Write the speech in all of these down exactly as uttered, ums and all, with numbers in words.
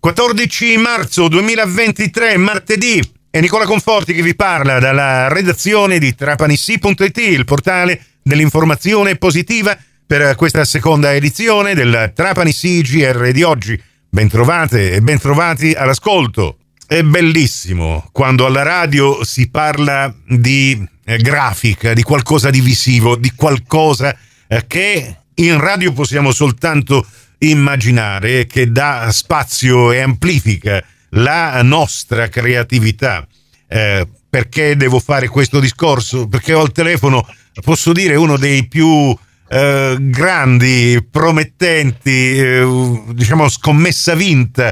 quattordici marzo duemilaventitré, martedì, è Nicola Conforti che vi parla dalla redazione di Trapanissi punto it, il portale dell'informazione positiva, per questa seconda edizione del Trapanissi G R di oggi. Bentrovate e bentrovati all'ascolto. È bellissimo quando alla radio si parla di eh, grafica, di qualcosa di visivo, di qualcosa eh, che in radio possiamo soltanto immaginare, che dà spazio e amplifica la nostra creatività. Eh, perché devo fare questo discorso? Perché ho al telefono, posso dire, uno dei più eh, grandi, promettenti, eh, diciamo scommessa vinta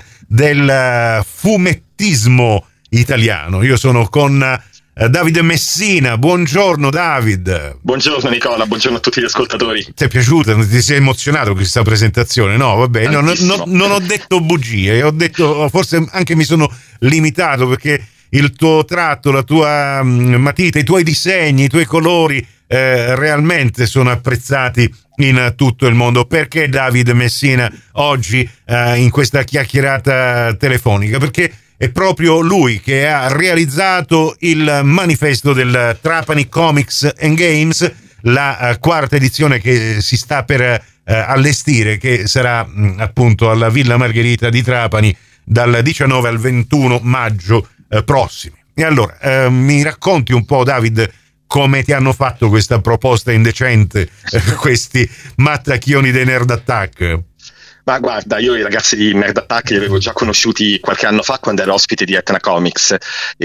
del fumettismo italiano. Io sono con Davide Messina. Buongiorno David. Buongiorno Nicola, buongiorno a tutti gli ascoltatori. Ti è piaciuta? Ti sei emozionato con questa presentazione? No, vabbè, no, no, no, non ho detto bugie, ho detto, forse anche mi sono limitato, perché il tuo tratto, la tua matita, i tuoi disegni, i tuoi colori eh, realmente sono apprezzati in tutto il mondo. Perché Davide Messina oggi eh, in questa chiacchierata telefonica? Perché è proprio lui che ha realizzato il manifesto del Trapani Comics and Games, la uh, quarta edizione che si sta per uh, allestire, che sarà mh, appunto alla Villa Margherita di Trapani dal diciannove al ventuno maggio uh, prossimi. E allora, uh, mi racconti un po', David, come ti hanno fatto questa proposta indecente, uh, questi mattacchioni dei Nerd Attack? Ma guarda, io i ragazzi di Nerd Attack li avevo già conosciuti qualche anno fa quando ero ospite di Etna Comics,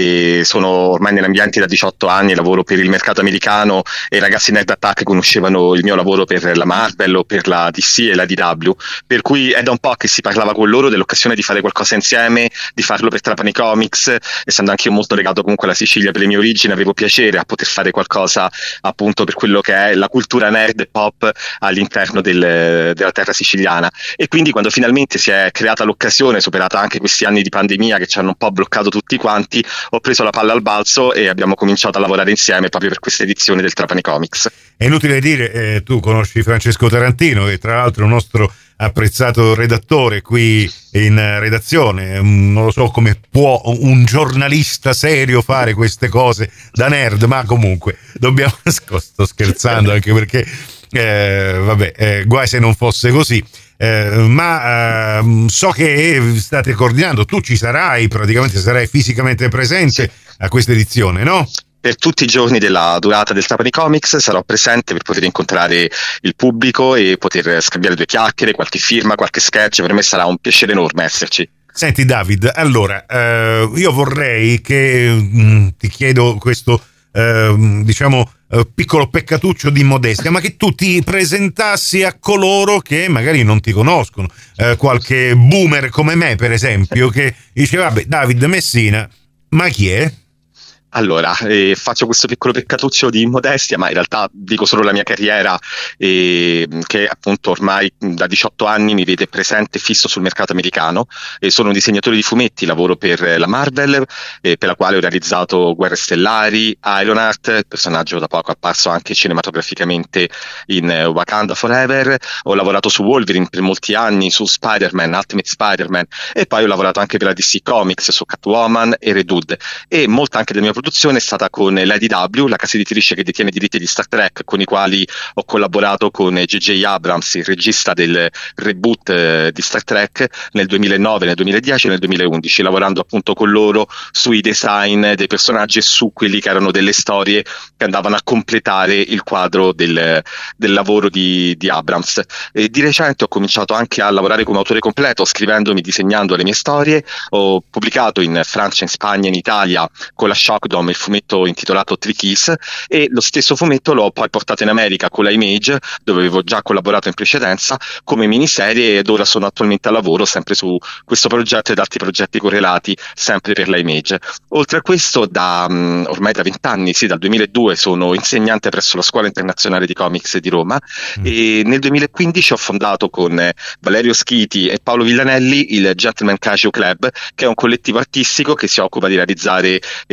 e sono ormai nell'ambiente da diciotto anni, lavoro per il mercato americano, e i ragazzi di Nerd Attack conoscevano il mio lavoro per la Marvel o per la D C e la D W, per cui è da un po' che si parlava con loro dell'occasione di fare qualcosa insieme, di farlo per Trapani Comics. Essendo anche io molto legato comunque alla Sicilia per le mie origini, avevo piacere a poter fare qualcosa appunto per quello che è la cultura nerd e pop all'interno del, della terra siciliana. E quindi quando finalmente si è creata l'occasione, superata anche questi anni di pandemia che ci hanno un po' bloccato tutti quanti, ho preso la palla al balzo e abbiamo cominciato a lavorare insieme proprio per questa edizione del Trapani Comics. È inutile dire, eh, tu conosci Francesco Tarantino, che tra l'altro è un nostro apprezzato redattore qui in redazione. Non lo so come può un giornalista serio fare queste cose da nerd, ma comunque dobbiamo, sto scherzando, anche perché eh, vabbè, eh, guai se non fosse così. Eh, ma eh, so che state coordinando, tu ci sarai, praticamente sarai fisicamente presente a questa edizione, no? Per tutti i giorni della durata del Trapani Comics sarò presente per poter incontrare il pubblico e poter scambiare due chiacchiere, qualche firma, qualche sketch. Per me sarà un piacere enorme esserci. Senti David, allora eh, io vorrei che mh, ti chiedo questo eh, diciamo eh, piccolo peccatuccio di modestia, ma che tu ti presentassi a coloro che magari non ti conoscono, eh, qualche boomer come me per esempio, che dice vabbè, David Messina, ma chi è? Allora, eh, faccio questo piccolo peccatuccio di modestia, ma in realtà dico solo la mia carriera, eh, che appunto ormai da diciotto anni mi vede presente e fisso sul mercato americano. E sono un disegnatore di fumetti, lavoro per la Marvel, eh, per la quale ho realizzato Guerre Stellari, Ironheart, personaggio da poco apparso anche cinematograficamente in eh, Wakanda Forever. Ho lavorato su Wolverine per molti anni, su Spider-Man, Ultimate Spider-Man, e poi ho lavorato anche per la D C Comics su Catwoman e Red Hood. E molta anche della mia produzione è stata con la D W, la casa editrice che detiene i diritti di Star Trek, con i quali ho collaborato con J J Abrams, il regista del reboot eh, di Star Trek, nel duemilanove, nel duemiladieci e nel duemilaundici, lavorando appunto con loro sui design dei personaggi e su quelli che erano delle storie che andavano a completare il quadro del, del lavoro di, di Abrams. E di recente ho cominciato anche a lavorare come autore completo, scrivendomi, disegnando le mie storie. Ho pubblicato in Francia, in Spagna, in Italia con la Shock Dome il fumetto intitolato Three Keys, e lo stesso fumetto l'ho poi portato in America con la Image, dove avevo già collaborato in precedenza come miniserie, ed ora sono attualmente a lavoro sempre su questo progetto ed altri progetti correlati sempre per la Image. Oltre a questo, da um, ormai da vent'anni, sì, dal duemiladue sono insegnante presso la Scuola Internazionale di Comics di Roma, mm. e nel duemilaquindici ho fondato con eh, Valerio Schiti e Paolo Villanelli il Gentleman Casio Club, che è un collettivo artistico che si occupa di realizzare eh, antologie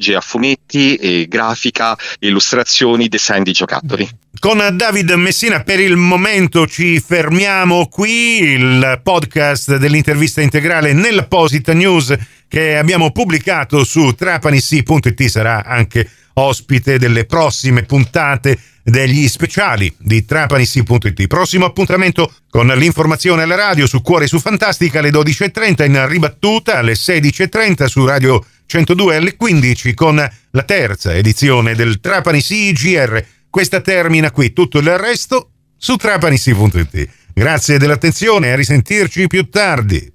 metodologie a fumetti, e grafica, illustrazioni, design di giocattoli. Con David Messina per il momento ci fermiamo qui. Il podcast dell'intervista integrale nell'apposita news che abbiamo pubblicato su trapanissi punto it sarà anche ospite delle prossime puntate degli speciali di trapanissi punto it. Prossimo appuntamento con l'informazione alla radio su Cuore su Fantastica alle dodici e trenta, in ribattuta alle sedici e trenta su Radio centodue alle quindici con la terza edizione del Trapanissi G R. Questa termina qui, tutto il resto su trapanissi punto it. Grazie dell'attenzione, a risentirci più tardi.